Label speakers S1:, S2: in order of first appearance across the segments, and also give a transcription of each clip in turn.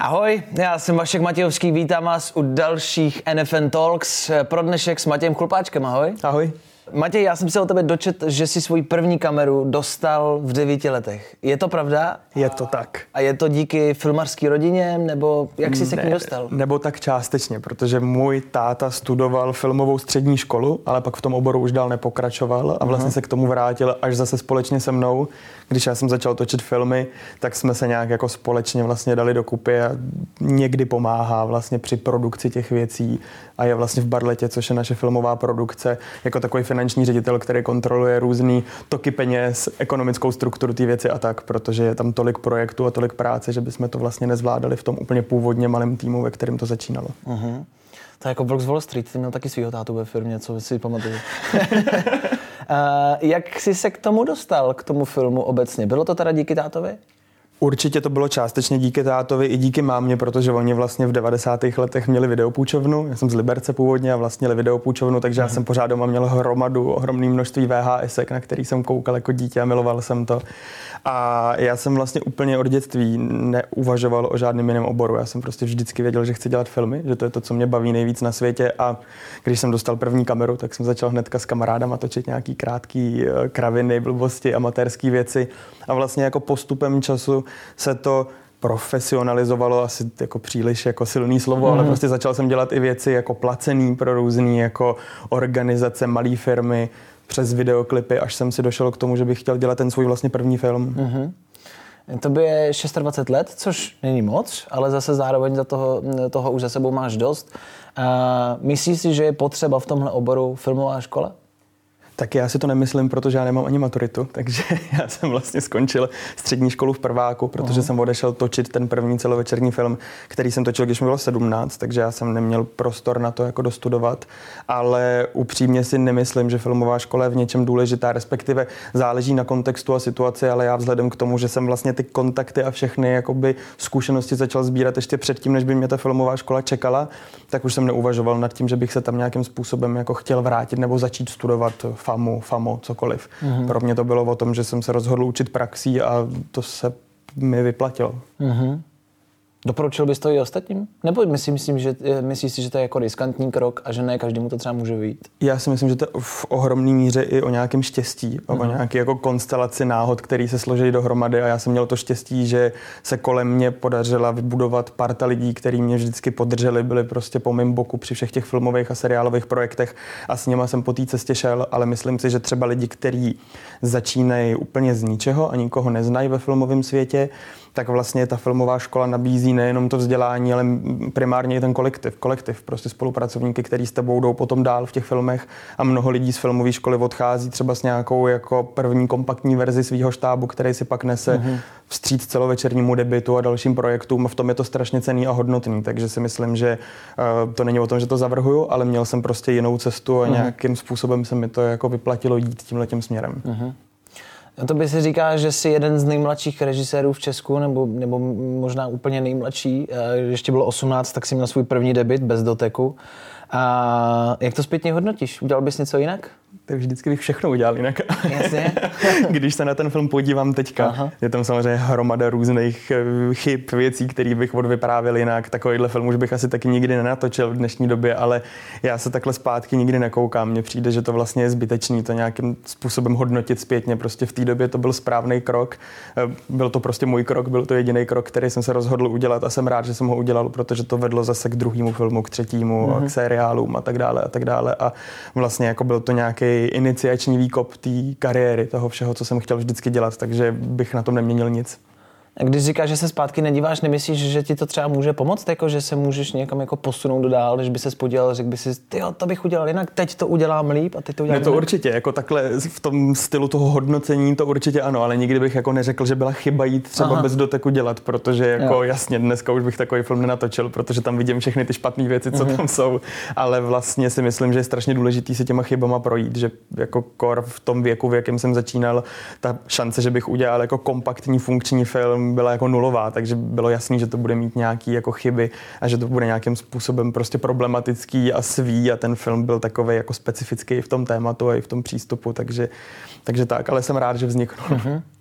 S1: Ahoj, já jsem Vašek Matějovský, vítám vás u dalších NFN Talks. Pro dnešek s Matějem Chlupáčkem, ahoj.
S2: Ahoj.
S1: Matěj, já jsem se o tebe dočetl, že jsi svoji první kameru dostal v 9 letech. Je to pravda?
S2: Je to tak.
S1: A je to díky filmařské rodině, nebo jak jsi se k ní dostal?
S2: Nebo tak částečně, protože můj táta studoval filmovou střední školu, ale pak v tom oboru už dál nepokračoval a vlastně se k tomu vrátil až zase společně se mnou. Když já jsem začal točit filmy, tak jsme se nějak jako společně vlastně dali dokupy a někdy pomáhá vlastně při produkci těch věcí a je vlastně v Barletě, což je naše filmová produkce, jako takový finanční ředitel, který kontroluje různý toky peněz, ekonomickou strukturu té věci a tak, protože je tam tolik projektů a tolik práce, že bychom to vlastně nezvládali v tom úplně původně malém týmu, ve kterém to začínalo.
S1: To je jako Vlk z Wall Street, ty měl taky svýho tátu ve firmě, co si pamatuju. Jak jsi se k tomu dostal, k tomu filmu obecně? Bylo to teda díky tátovi?
S2: Určitě to bylo částečně díky tátovi i díky mámě, protože oni vlastně v 90. letech měli videopůjčovnu. Já jsem z Liberce původně a vlastnili videopůjčovnu, takže já jsem pořád doma měl ohromné množství VHSek, na který jsem koukal jako dítě a miloval jsem to. A já jsem vlastně úplně od dětství neuvažoval o žádném jiném oboru. Já jsem prostě vždycky věděl, že chci dělat filmy, že to je to, co mě baví nejvíc na světě. A když jsem dostal první kameru, tak jsem začal hnedka s kamarádama točit nějaký krátký kraviny, blbosti, amatérský věci. A vlastně jako postupem času se to profesionalizovalo, asi jako příliš jako silný slovo, ale prostě začal jsem dělat i věci jako placený pro různý jako organizace, malé firmy, přes videoklipy, až jsem si došel k tomu, že bych chtěl dělat ten svůj vlastně první film.
S1: Tobě je 26 let, což není moc, ale zase zároveň za toho už za sebou máš dost. Myslíš si, že je potřeba v tomhle oboru filmová škola?
S2: Tak já si to nemyslím, protože já nemám ani maturitu, takže já jsem vlastně skončil střední školu v prváku, protože jsem odešel točit ten první celovečerní film, který jsem točil, když mi bylo 17, takže já jsem neměl prostor na to jako dostudovat, ale upřímně si nemyslím, že filmová škola je v něčem důležitá, respektive záleží na kontextu a situaci, ale já vzhledem k tomu, že jsem vlastně ty kontakty a všechny jakoby zkušenosti začal sbírat ještě předtím, než by mě ta filmová škola čekala, tak už jsem neuvažoval nad tím, že bych se tam nějakým způsobem jako chtěl vrátit nebo začít studovat FAMU, cokoliv. Pro mě to bylo o tom, že jsem se rozhodl učit praxí a to se mi vyplatilo.
S1: Doporučil bys to i ostatním? Nebo myslíš si, že to je jako riskantní krok a že ne každému to třeba může vyjít?
S2: Já si myslím, že to je v ohromné míře i o nějakém štěstí, o nějaké jako konstelaci náhod, který se složí dohromady a já jsem měl to štěstí, že se kolem mě podařila vybudovat parta lidí, kteří mě vždycky podrželi, byli prostě po mém boku při všech těch filmových a seriálových projektech a s nima jsem po té cestě šel, ale myslím si, že třeba lidi, kteří začínají úplně z ničeho a nikoho neznají ve filmovém světě, tak vlastně ta filmová škola nabízí nejenom to vzdělání, ale primárně i ten kolektiv, prostě spolupracovníky, kteří s tebou jdou potom dál v těch filmech a mnoho lidí z filmové školy odchází třeba s nějakou jako první kompaktní verzi svého štábu, který si pak nese vstříc celovečernímu debutu a dalším projektům a v tom je to strašně cenný a hodnotný, takže si myslím, že to není o tom, že to zavrhuju, ale měl jsem prostě jinou cestu a nějakým způsobem se mi to jako vyplatilo jít tímhletím směrem.
S1: To by si říká, že jsi jeden z nejmladších režisérů v Česku, nebo možná úplně nejmladší. Ještě bylo 18, tak jsi měl svůj první debut bez doteku. A jak to zpětně hodnotíš? Udělal bys něco jinak?
S2: Tak vždycky bych všechno udělal jinak.
S1: Jasně.
S2: Když se na ten film podívám teďka, je tam samozřejmě hromada různých chyb, věcí, které bych odvyprávěl jinak. Takovýhle film už bych asi taky nikdy nenatočil v dnešní době, ale já se takhle zpátky nikdy nekoukám. Mně přijde, že to vlastně je zbytečný to nějakým způsobem hodnotit zpětně. Prostě v té době to byl správný krok. Byl to prostě můj krok, byl to jediný krok, který jsem se rozhodl udělat a jsem rád, že jsem ho udělal, protože to vedlo zase k druhému filmu, k třetímu, k seriálům a tak dále. A vlastně jako byl to nějaký iniciační výkop té kariéry, toho všeho, co jsem chtěl vždycky dělat, takže bych na tom neměnil nic.
S1: A když říkáš, že se zpátky nedíváš, nemyslíš, že ti to třeba může pomoct, jako že se můžeš někam jako posunout dál, když by se podíval, řekl by si, tyjo, to bych udělal jinak, teď to udělám líp a teď to udělám
S2: jinak. To určitě, jako takhle v tom stylu toho hodnocení to určitě ano, ale nikdy bych jako neřekl, že byla chyba jít třeba bez doteku dělat, protože jako jasně dneska už bych takový film nenatočil, protože tam vidím všechny ty špatné věci, co tam jsou, ale vlastně si myslím, že je strašně důležitý si těma chybama projít, že jako kor v tom věku, v jakém jsem začínal, ta šance, že bych udělal jako kompaktní funkční film byla jako nulová, takže bylo jasný, že to bude mít nějaký jako chyby a že to bude nějakým způsobem prostě problematický a svý a ten film byl takovej jako specifický v tom tématu a i v tom přístupu, takže tak, ale jsem rád, že vznikl.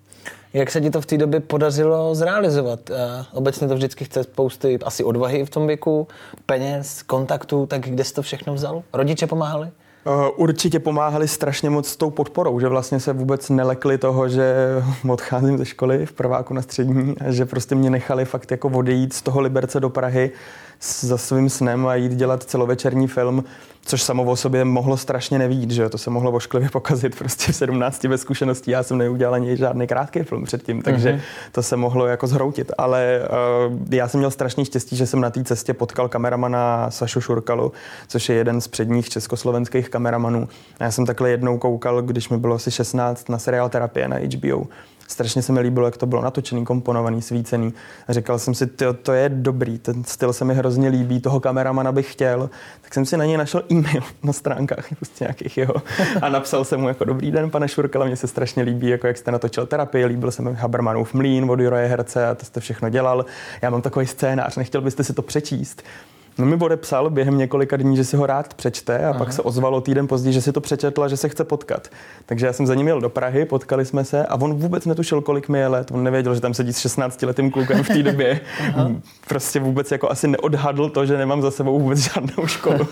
S1: Jak se ti to v té době podařilo zrealizovat? Obecně to vždycky chce spousty asi odvahy v tom věku, peněz, kontaktů, tak kde jsi to všechno vzal? Rodiče pomáhali?
S2: Určitě pomáhali strašně moc s tou podporou, že vlastně se vůbec nelekli toho, že odcházím ze školy v prváku na střední a že prostě mě nechali fakt jako odejít z toho Liberce do Prahy za svým snem a jít dělat celovečerní film, což samo o sobě mohlo strašně nevít, že to se mohlo ošklivě pokazit prostě v 17 bez zkušeností. Já jsem neudělal ani žádný krátký film předtím, takže to se mohlo jako zhroutit. Ale já jsem měl strašný štěstí, že jsem na té cestě potkal kameramana Sašu Šurkalu, což je jeden z předních československých kameramanů. A já jsem takhle jednou koukal, když mi bylo asi 16, na seriál Terapie na HBO. Strašně se mi líbilo, jak to bylo natočený, komponovaný, svícený. A říkal jsem si, to je dobrý, ten styl se mi hrozně líbí, toho kameramana bych chtěl. Tak jsem si na něj našel e-mail na stránkách prostě nějakých jeho a napsal jsem mu jako dobrý den, pane Šurkala, mně se strašně líbí, jako jak jste natočil Terapii, líbil se mi Habermanův mlýn od Juraje Herce a to jste všechno dělal. Já mám takový scénář, nechtěl byste si to přečíst? No mi odepsal během několika dní, že si ho rád přečte a pak se ozvalo týden později, že si to přečetl a že se chce potkat. Takže já jsem za ním jel do Prahy, potkali jsme se a on vůbec netušil, kolik mi je let. On nevěděl, že tam sedí s 16letým klukem v té době. Prostě vůbec jako asi neodhadl to, že nemám za sebou vůbec žádnou školu.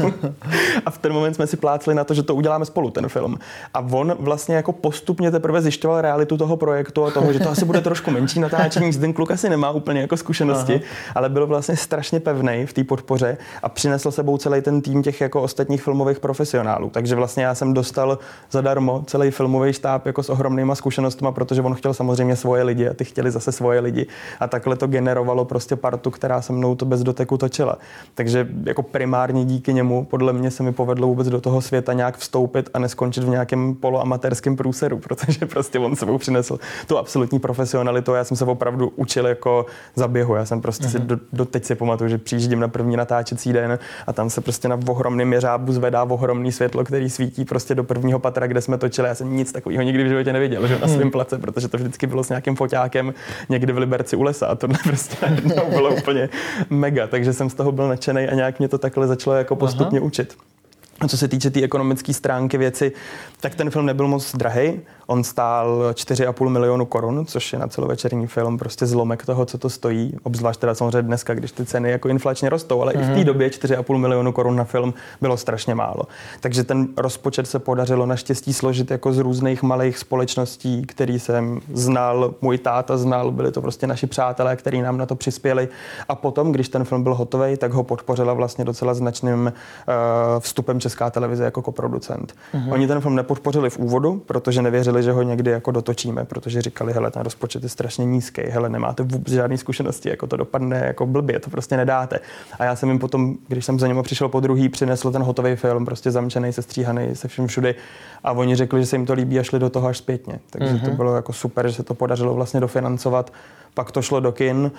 S2: A v ten moment jsme si plácli na to, že to uděláme spolu, ten film. A on vlastně jako postupně teprve zjišťoval realitu toho projektu a toho, že to asi bude trošku menší natáčení, že ten kluk asi nemá úplně jako zkušenosti, ale byl vlastně strašně pevnej v té podpoře a přinesl sebou celý ten tým těch jako ostatních filmových profesionálů. Takže vlastně já jsem dostal zadarmo celý filmový štáb jako s ohromnýma zkušenostmi, protože on chtěl samozřejmě svoje lidi a ty chtěli zase svoje lidi. A takhle to generovalo prostě partu, která se mnou to bez doteku točila. Takže jako primárně díky němu podle mě se mi povedlo vůbec do toho světa nějak vstoupit a neskončit v nějakém poloamatérském průseru, protože prostě on sebou přinesl tu absolutní profesionalitu. Já jsem se opravdu učil jako za běhu. Já jsem prostě si doteď si pamatuju, že přijíždím na první natáčecí den a tam se prostě na ohromném jeřábu zvedá ohromný světlo, který svítí prostě do prvního patra, kde jsme točili. Já jsem nic takového nikdy v životě neviděl, že na svém place, protože to vždycky bylo s nějakým foťákem někde v Liberci u lesa a tohle prostě bylo úplně mega, takže jsem z toho byl nadšenej a nějak mě to takhle začalo jako postupně učit. A co se týče té ekonomické stránky věci, tak ten film nebyl moc drahej. On stál 4,5 milionu korun, což je na celovečerní film prostě zlomek toho, co to stojí. Obzvlášť teda samozřejmě dneska, když ty ceny jako inflačně rostou, ale i v té době 4,5 milionu korun na film bylo strašně málo. Takže ten rozpočet se podařilo naštěstí složit jako z různých malých společností, který jsem znal, můj táta znal, byli to prostě naši přátelé, kteří nám na to přispěli. A potom, když ten film byl hotový, tak ho podpořila vlastně docela značným vstupem Česká televize jako koproducent. Oni ten film nepodpořili v úvodu, protože nevěřili, že ho někdy jako dotočíme, protože říkali, hele, ten rozpočet je strašně nízký, hele, nemáte vůbec žádné zkušenosti, jako to dopadne jako blbě, to prostě nedáte. A já jsem jim potom, když jsem za nimi přišel po druhý, přinesl ten hotový film, prostě zamčený, sestříhaný, se vším všudy. A oni řekli, že se jim to líbí a šli do toho až zpětně. Takže to bylo jako super, že se to podařilo vlastně dofinancovat. Pak to šlo do kin.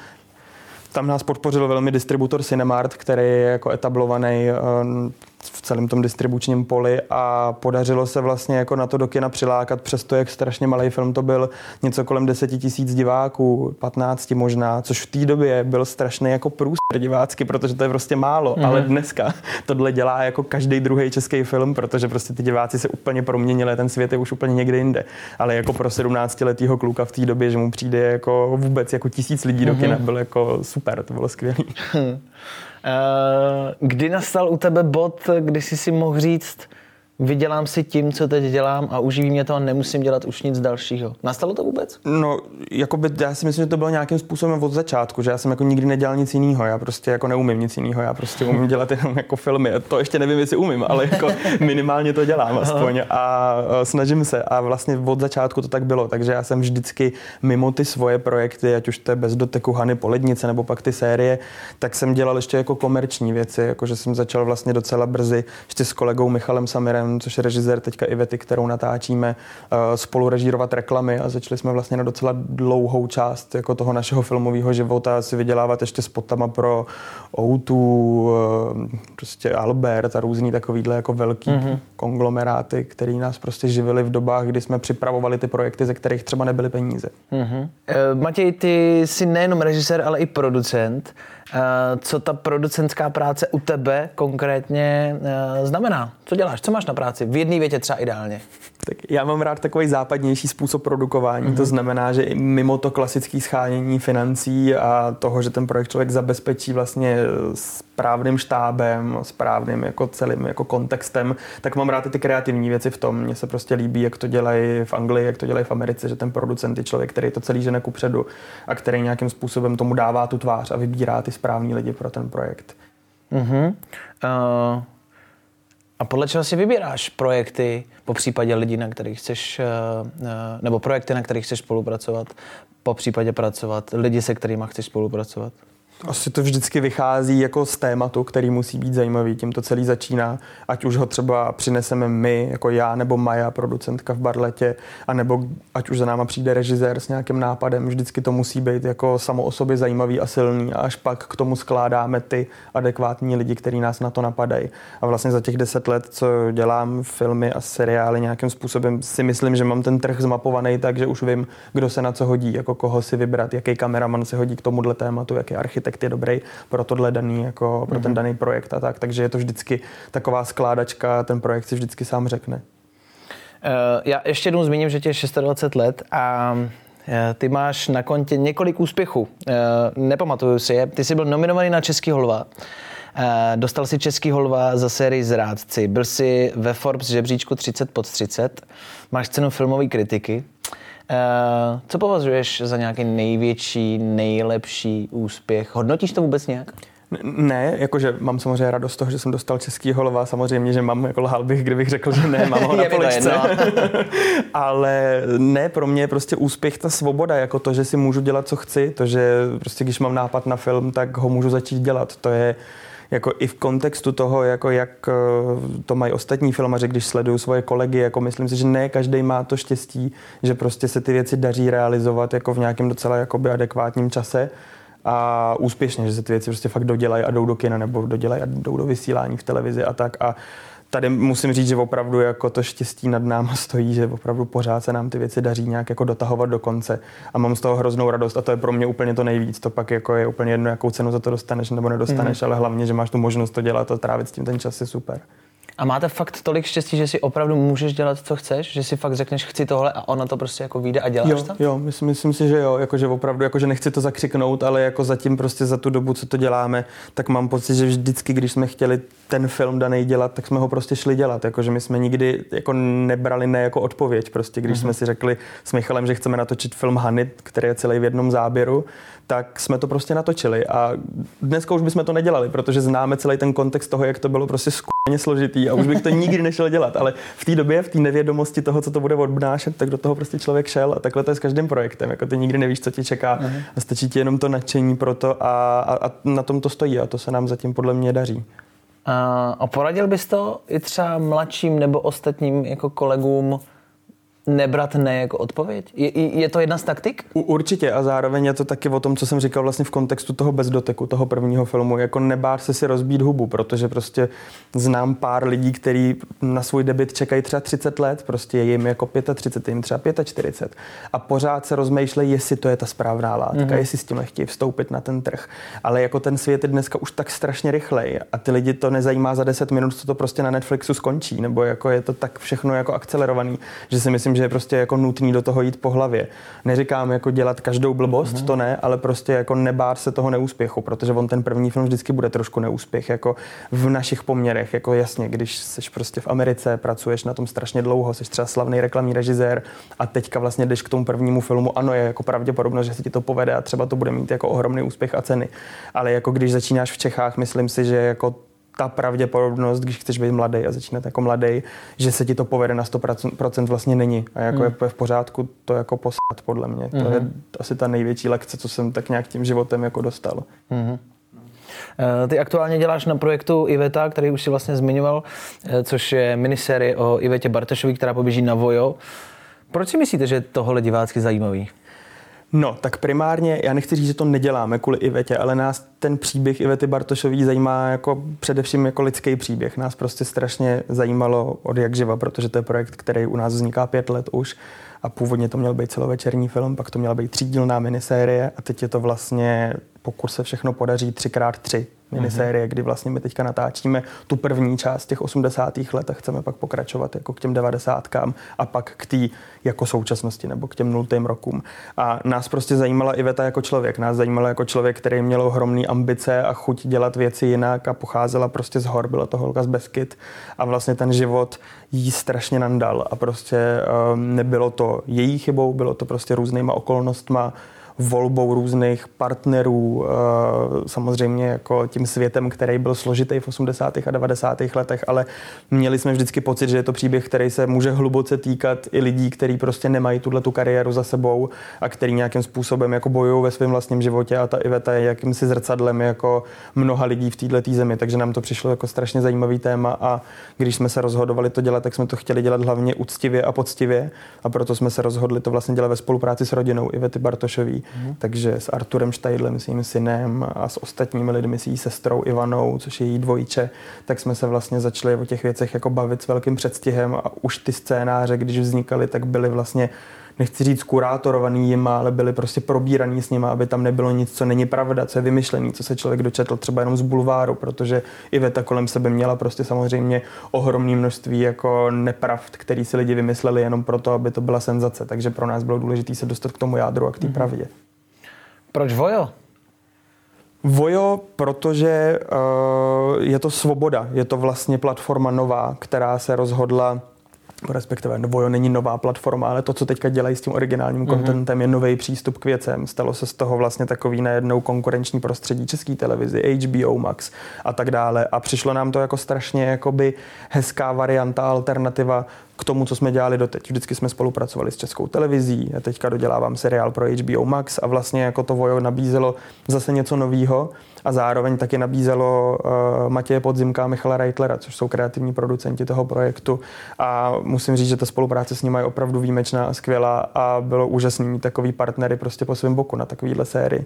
S2: Tam nás podpořil velmi distributor Cinemart, který je jako etablovaný v celém tom distribučním poli a podařilo se vlastně jako na to do kina přilákat, přesto jak strašně malý film to byl, něco kolem 10 000 diváků, 15 možná, což v té době byl strašný jako průser divácky, protože to je prostě málo, ale dneska tohle dělá jako každý druhý český film, protože prostě ty diváci se úplně proměnili, ten svět je už úplně někde jinde, ale jako pro 17letýho kluka v té době, že mu přijde jako vůbec jako 1000 lidí do kina, byl jako super, to bylo skvělý.
S1: Kdy nastal u tebe bod, kdy jsi si mohl říct, vydělám si tím, co teď dělám a uživí mě to a nemusím dělat už nic dalšího. Nastalo to vůbec?
S2: No, jakoby, já si myslím, že to bylo nějakým způsobem od začátku, že já jsem jako nikdy nedělal nic jiného, já prostě jako neumím nic jiného, já prostě umím dělat jenom jako filmy. To ještě nevím, jestli umím, ale jako minimálně to dělám aspoň a snažím se a vlastně od začátku to tak bylo, takže já jsem vždycky mimo ty svoje projekty, ať už to je Bez doteku, Hany po lednice nebo pak ty série, tak jsem dělal ještě jako komerční věci, jakože jsem začal vlastně docela brzy ještě s kolegou Michalem Samirem, což je režisér teďka Ivety, kterou natáčíme, spolu režírovat reklamy a začali jsme vlastně na docela dlouhou část jako toho našeho filmového života si vydělávat ještě spotama pro O2, prostě Albert a různý takovýhle jako velký konglomeráty, který nás prostě živili v dobách, kdy jsme připravovali ty projekty, ze kterých třeba nebyly peníze.
S1: Matěj, ty jsi nejenom režisér, ale i producent. co ta producentská práce u tebe konkrétně znamená. Co děláš? Co máš na práci? V jedné větě třeba ideálně.
S2: Tak já mám rád takový západnější způsob produkování. To znamená, že i mimo to klasické schánění financí a toho, že ten projekt člověk zabezpečí vlastně správným štábem, správným jako celým jako kontextem, tak mám rád i ty kreativní věci v tom. Mně se prostě líbí, jak to dělají v Anglii, jak to dělají v Americe, že ten producent je člověk, který to celý žene kupředu a který nějakým způsobem tomu dává tu tvář a vybírá ty správný lidi pro ten projekt.
S1: A podle čeho si vybíráš projekty, po případě lidí, na kterých chceš, nebo projekty, na kterých chceš spolupracovat, po případě pracovat, lidi, se kterými chceš spolupracovat?
S2: Asi to vždycky vychází jako z tématu, který musí být zajímavý, tím to celý začíná, ať už ho třeba přineseme my, jako já nebo Maja, producentka v Barletě, anebo ať už za náma přijde režisér s nějakým nápadem, vždycky to musí být jako samo o sobě zajímavý a silný a až pak k tomu skládáme ty adekvátní lidi, kteří nás na to napadají. A vlastně za těch 10 let, co dělám filmy a seriály, nějakým způsobem si myslím, že mám ten trh zmapovaný tak, že už vím, kdo se na co hodí, jako koho si vybrat, jaký kameraman se hodí k tomuhle tématu, jaký architekt je dobrý pro tohle daný, jako pro ten daný projekt a tak. Takže je to vždycky taková skládačka, ten projekt si vždycky sám řekne.
S1: Já ještě jednou zmíním, že tě je 26 let a ty máš na kontě několik úspěchů. Nepamatuju si je. Ty jsi byl nominovaný na Český holva. Dostal si Český holva za sérii Zrádci. Byl jsi ve Forbes žebříčku 30 pod 30. Máš cenu filmové kritiky. Co považuješ za nějaký největší, nejlepší úspěch? Hodnotíš to vůbec nějak?
S2: Ne, jakože mám samozřejmě radost z toho, že jsem dostal Český holva, samozřejmě, že mám, jako lhal bych, kdybych řekl, že ne, mám ho na poličce. Ale ne, pro mě je prostě úspěch ta svoboda, jako to, že si můžu dělat, co chci, to, že prostě když mám nápad na film, tak ho můžu začít dělat, to je jako i v kontextu toho, jako jak to mají ostatní filmaři, když sleduju svoje kolegy, jako myslím si, že ne každý má to štěstí, že prostě se ty věci daří realizovat jako v nějakém docela jakoby adekvátním čase a úspěšně, že se ty věci prostě fakt dodělají a jdou do kina nebo dodělají a jdou do vysílání v televizi a tak. A tady musím říct, že opravdu jako to štěstí nad náma stojí, že opravdu pořád se nám ty věci daří nějak jako dotahovat do konce a mám z toho hroznou radost a to je pro mě úplně to nejvíc. To pak jako je úplně jedno, jakou cenu za to dostaneš nebo nedostaneš, ale hlavně, že máš tu možnost to dělat a trávit s tím ten čas je super.
S1: A máte fakt tolik štěstí, že si opravdu můžeš dělat, co chceš? Že si fakt řekneš, chci tohle a ono to prostě jako vyjde a děláš to?
S2: Jo, myslím si, že jo, jakože opravdu, jakože nechci to zakřiknout, ale jako zatím prostě za tu dobu, co to děláme, tak mám pocit, že vždycky, když jsme chtěli ten film daný dělat, tak jsme ho prostě šli dělat, jakože my jsme nikdy jako nebrali ne jako odpověď, prostě když jsme si řekli s Michalem, že chceme natočit film Hany, který je celý v jednom záběru, tak jsme to prostě natočili a dneska už bychom to nedělali, protože známe celý ten kontext toho, jak to bylo prostě složitý a už bych to nikdy nešel dělat, ale v té době, v té nevědomosti toho, co to bude obnášet, tak do toho prostě člověk šel a takhle to je s každým projektem, jako ty nikdy nevíš, co ti čeká a stačí ti jenom to nadšení pro to a na tom to stojí a to se nám zatím podle mě daří.
S1: A poradil bys to i třeba mladším nebo ostatním jako kolegům nebrat ne jako odpověď? Je to jedna z taktik?
S2: Určitě a zároveň je to taky o tom, co jsem říkal vlastně v kontextu toho Bez doteku, toho prvního filmu, jako nebát se si rozbít hubu, protože prostě znám pár lidí, kteří na svůj debut čekají třeba 30 let, prostě je jim jako 35, jim třeba 45 a pořád se rozmýšlejí, jestli to je ta správná látka, jestli s tím chtějí vstoupit na ten trh, ale jako ten svět je dneska už tak strašně rychlej a ty lidi to nezajímá za 10 minut, co to prostě na Netflixu skončí, nebo jako je to tak všechno jako akcelerovaný, že si myslím, že je prostě jako nutný do toho jít po hlavě. Neříkám jako dělat každou blbost, to ne, ale prostě jako nebát se toho neúspěchu, protože on ten první film vždycky bude trošku neúspěch, jako v našich poměrech, jako jasně, když seš prostě v Americe, pracuješ na tom strašně dlouho, seš třeba slavný reklamní režisér a teďka vlastně jdeš k tomu prvnímu filmu, ano, je jako pravděpodobnost, že se ti to povede a třeba to bude mít jako ohromný úspěch a ceny. Ale jako když začínáš v Čechách, myslím si, že jako ta pravděpodobnost, když chceš být mladý a začínat jako mladý, že se ti to povede na 100% vlastně není. A jako je v pořádku to jako poslat podle mě. To je asi ta největší lekce, co jsem tak nějak tím životem jako dostal.
S1: Ty aktuálně děláš na projektu Iveta, který už si vlastně zmiňoval, což je minisérie o Ivetě Bartošové, která poběží na Vojo. Proč si myslíte, že je tohle divácky zajímavý?
S2: No, tak primárně, já nechci říct, že to neděláme kvůli Ivetě, ale nás ten příběh Ivety Bartošový zajímá jako především jako lidský příběh. Nás prostě strašně zajímalo od jak živa, protože to je projekt, který u nás vzniká 5 let už a původně to měl být celovečerní film, pak to měla být 3dílná minisérie a teď je to vlastně, pokud se všechno podaří, 3x3 minisérie, kdy vlastně my teďka natáčíme tu první část těch 80. let a chceme pak pokračovat jako k těm 90kám a pak k té jako současnosti nebo k těm 0. rokům. A nás prostě zajímala Iveta jako člověk. Nás zajímala jako člověk, který měl ohromné ambice a chuť dělat věci jinak a pocházela prostě z hor, byla to holka z Beskyd a vlastně ten život jí strašně nandal a prostě nebylo to její chybou, bylo to prostě různýma okolnostma, volbou různých partnerů, samozřejmě jako tím světem, který byl složitý v 80. a 90. letech, ale měli jsme vždycky pocit, že je to příběh, který se může hluboce týkat i lidí, kteří prostě nemají tu kariéru za sebou a který nějakým způsobem jako bojují ve svém vlastním životě a ta Iveta je jakýmsi zrcadlem jako mnoha lidí v této zemi, takže nám to přišlo jako strašně zajímavý téma a když jsme se rozhodovali to dělat, tak jsme to chtěli dělat hlavně uctivě a poctivě a proto jsme se rozhodli to vlastně dělat ve spolupráci s rodinou Ivety Bartošový. Takže s Arturem Štajdlem, s jejím synem a s ostatními lidmi, s její sestrou Ivanou, což je její dvojče, tak jsme se vlastně začali o těch věcech jako bavit s velkým předstihem a už ty scénáře, když vznikaly, tak byly vlastně, nechci říct kurátorovaný jima, ale byly prostě probíraný s nima, aby tam nebylo nic, co není pravda, co je vymyšlený, co se člověk dočetl třeba jenom z bulváru, protože Iveta kolem sebe měla prostě samozřejmě ohromné množství jako nepravd, který si lidi vymysleli jenom proto, aby to byla senzace. Takže pro nás bylo důležité se dostat k tomu jádru a k té pravdě.
S1: Proč Vojo?
S2: Vojo, protože je to svoboda, je to vlastně platforma nová, která se rozhodla, respektive Vojo není nová platforma, ale to, co teďka dělají s tím originálním contentem, je nový přístup k věcem. Stalo se z toho vlastně takový najednou konkurenční prostředí České televizi, HBO Max a tak dále. A přišlo nám to jako strašně jakoby hezká varianta, alternativa k tomu, co jsme dělali doteď. Vždycky jsme spolupracovali s Českou televizí, já teďka dodělávám seriál pro HBO Max a vlastně jako to Vojo nabízelo zase něco novýho a zároveň taky nabízelo Matěje Podzimka a Michala Reitlera, což jsou kreativní producenti toho projektu a musím říct, že ta spolupráce s nimi je opravdu výjimečná a skvělá a bylo úžasný mít takový partnery prostě po svém boku na takovýhle sérii.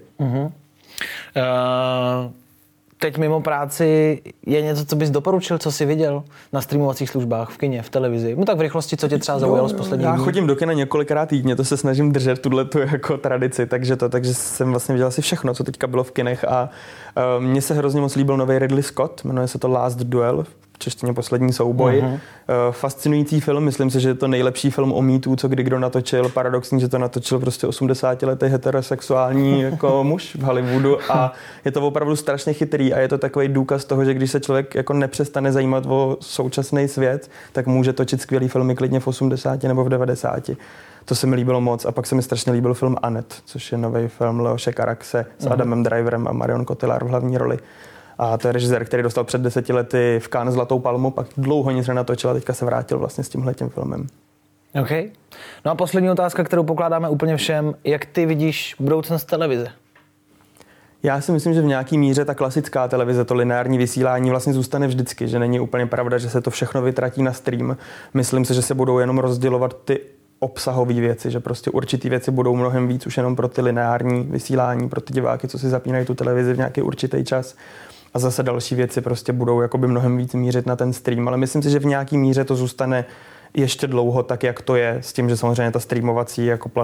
S1: Teď mimo práci je něco, co bys doporučil, co jsi viděl na streamovacích službách, v kině, v televizi? No tak v rychlosti, co tě třeba zaujalo z posledních dní?
S2: Já chodím do kina několikrát týdně, to se snažím držet tuhletu jako tradici, takže jsem vlastně viděl asi všechno, co teďka bylo v kinech a mně se hrozně moc líbil nový Ridley Scott, jmenuje se to Last Duel, v češtině Poslední souboj. Fascinující film, myslím si, že je to nejlepší film o mýtu, co kdy kdo natočil. Paradoxní, že to natočil prostě 80letý heterosexuální jako muž v Hollywoodu a je to opravdu strašně chytrý a je to takový důkaz toho, že když se člověk jako nepřestane zajímat o současný svět, tak může točit skvělý filmy klidně v 80 nebo v 90. To se mi líbilo moc a pak se mi strašně líbil film Anet, což je nový film Leoše Caraxe s Adamem Driverem a Marion Cotillard v hlavní roli. A to je režisér, který dostal před 10 lety v Cannes Zlatou palmu, pak dlouho nic nenatočil a teďka se vrátil vlastně s tímhletím filmem.
S1: OK. No a poslední otázka, kterou pokládáme úplně všem. Jak ty vidíš budoucnost televize?
S2: Já si myslím, že v nějaký míře ta klasická televize, to lineární vysílání vlastně zůstane vždycky, že není úplně pravda, že se to všechno vytratí na stream. Myslím si, že se budou jenom rozdělovat ty obsahové věci, že prostě určitý věci budou mnohem víc už jenom pro ty lineární vysílání, pro ty diváky, co si zapínají tu televizi v nějaký určitý čas. A zase další věci prostě budou jakoby mnohem víc mířit na ten stream, ale myslím si, že v nějaký míře to zůstane ještě dlouho tak, jak to je, s tím, že samozřejmě ty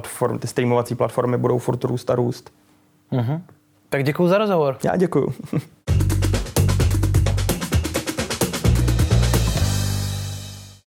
S2: streamovací platformy budou furt růst a růst.
S1: Tak děkuju za rozhovor.
S2: Já děkuju.